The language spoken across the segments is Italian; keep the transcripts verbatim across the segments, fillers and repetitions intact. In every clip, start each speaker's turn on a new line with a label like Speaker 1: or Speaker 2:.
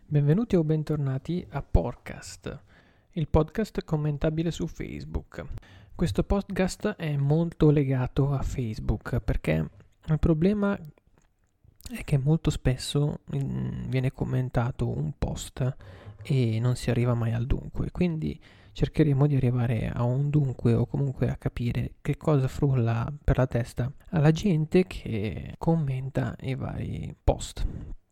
Speaker 1: Benvenuti o bentornati a Podcast, il podcast commentabile su Facebook. Questo podcast è molto legato a Facebook perché il problema è che molto spesso mh, viene commentato un post e non si arriva mai al dunque, quindi cercheremo di arrivare a un dunque o comunque a capire che cosa frulla per la testa alla gente che commenta i vari post.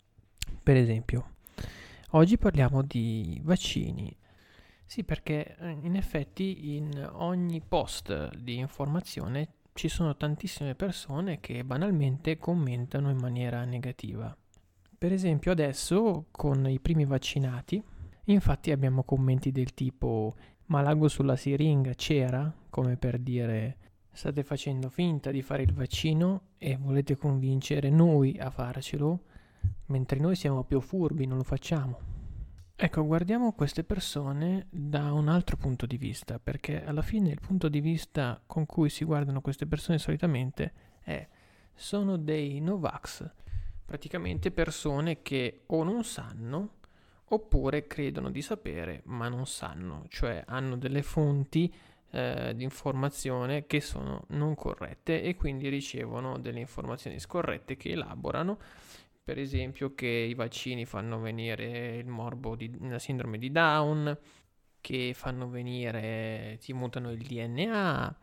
Speaker 1: Per esempio, oggi parliamo di vaccini. Sì, perché in effetti in ogni post di informazione ci sono tantissime persone che banalmente commentano in maniera negativa. Per esempio adesso con i primi vaccinati, infatti abbiamo commenti del tipo ma l'ago sulla siringa c'era? Come per dire state facendo finta di fare il vaccino e volete convincere noi a farcelo, mentre noi siamo più furbi, non lo facciamo. Ecco, guardiamo queste persone da un altro punto di vista, perché alla fine il punto di vista con cui si guardano queste persone solitamente è sono dei Novax, praticamente persone che o non sanno oppure credono di sapere ma non sanno, cioè hanno delle fonti eh, di informazione che sono non corrette e quindi ricevono delle informazioni scorrette che elaborano. Per esempio che i vaccini fanno venire il morbo di la sindrome di Down, che fanno venire, ti mutano il D N A,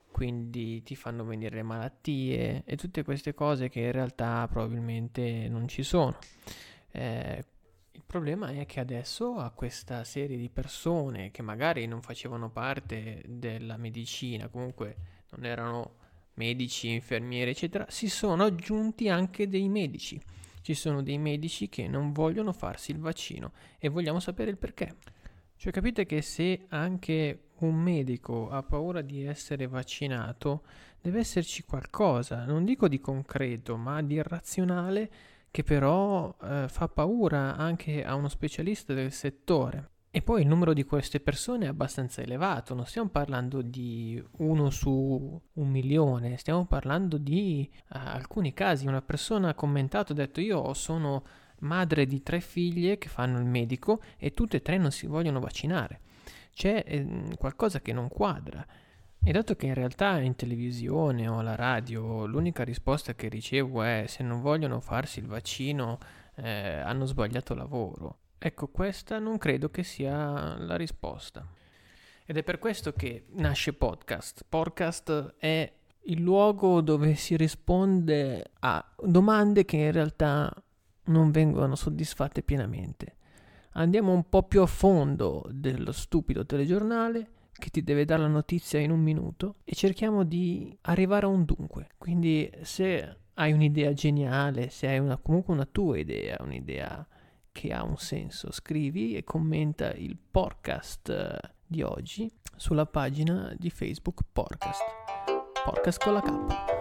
Speaker 1: quindi ti fanno venire le malattie e tutte queste cose che in realtà probabilmente non ci sono. Eh, il problema è che adesso a questa serie di persone che magari non facevano parte della medicina, comunque non erano medici, infermieri, eccetera, si sono aggiunti anche dei medici. Ci sono dei medici che non vogliono farsi il vaccino e vogliamo sapere il perché. Cioè capite che se anche un medico ha paura di essere vaccinato, deve esserci qualcosa, non dico di concreto, ma di irrazionale che però eh, fa paura anche a uno specialista del settore. E poi il numero di queste persone è abbastanza elevato, non stiamo parlando di uno su un milione, stiamo parlando di uh, alcuni casi. Una persona ha commentato, ha detto io sono madre di tre figlie che fanno il medico e tutte e tre non si vogliono vaccinare. C'è eh, qualcosa che non quadra. E dato che in realtà in televisione o alla radio l'unica risposta che ricevo è se non vogliono farsi il vaccino eh, hanno sbagliato lavoro. Ecco, questa non credo che sia la risposta. Ed è per questo che nasce Podcast. Podcast è il luogo dove si risponde a domande che in realtà non vengono soddisfatte pienamente. Andiamo un po' più a fondo dello stupido telegiornale che ti deve dare la notizia in un minuto e cerchiamo di arrivare a un dunque. Quindi se hai un'idea geniale, se hai una, comunque una tua idea, un'idea che ha un senso, scrivi e commenta il podcast di oggi sulla pagina di Facebook Podcast. Podcast con la K.